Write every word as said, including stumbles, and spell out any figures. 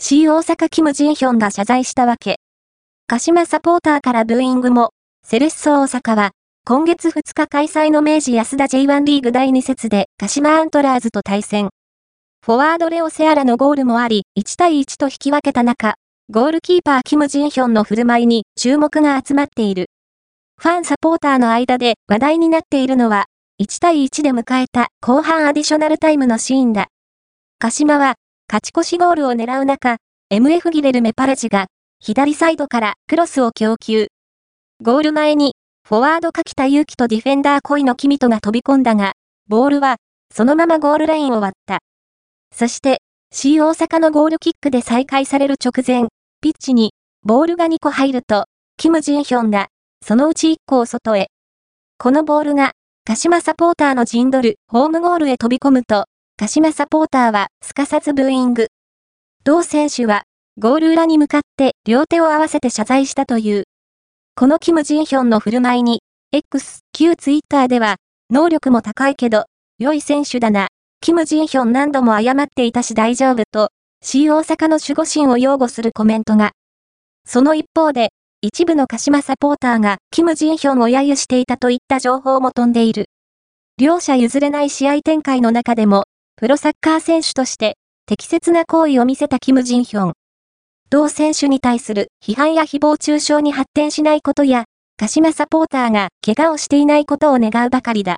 シー 大阪キム・ジンヒョンが謝罪したわけ。鹿島サポーターからブーイングも、セレッソ大阪は、今月ふつか開催の明治安田 ジェイワン リーグだいに節で鹿島アントラーズと対戦。フォワードレオ・セアラのゴールもあり、いちたいいちと引き分けた中、ゴールキーパーキム・ジンヒョンの振る舞いに注目が集まっている。ファンサポーターの間で話題になっているのは、いちたいいちで迎えた後半アディショナルタイムのシーンだ。鹿島は、勝ち越しゴールを狙う中、エムエフ ギレルメパレジが、左サイドからクロスを供給。ゴール前に、フォワード柿田祐希とディフェンダー恋野公人が飛び込んだが、ボールは、そのままゴールラインを割った。そして、シー 大阪のゴールキックで再開される直前、ピッチに、ボールがにこ入ると、キム・ジンヒョンが、そのうちいっこを外へ。このボールが、鹿島サポーターの陣取るホームゴールへ飛び込むと、鹿島サポーターはすかさずブーイング。同選手は、ゴール裏に向かって両手を合わせて謝罪したという。このキム・ジンヒョンの振る舞いに、X、旧ツイッターでは、能力も高いけど、良い選手だな。キム・ジンヒョン何度も謝っていたし大丈夫と、シー 大阪の守護神を擁護するコメントが。その一方で、一部の鹿島サポーターがキム・ジンヒョンを揶揄していたといった情報も飛んでいる。両者譲れない試合展開の中でも、プロサッカー選手として、適切な行為を見せたキム・ジンヒョン。同選手に対する批判や誹謗中傷に発展しないことや、鹿島サポーターが怪我をしていないことを願うばかりだ。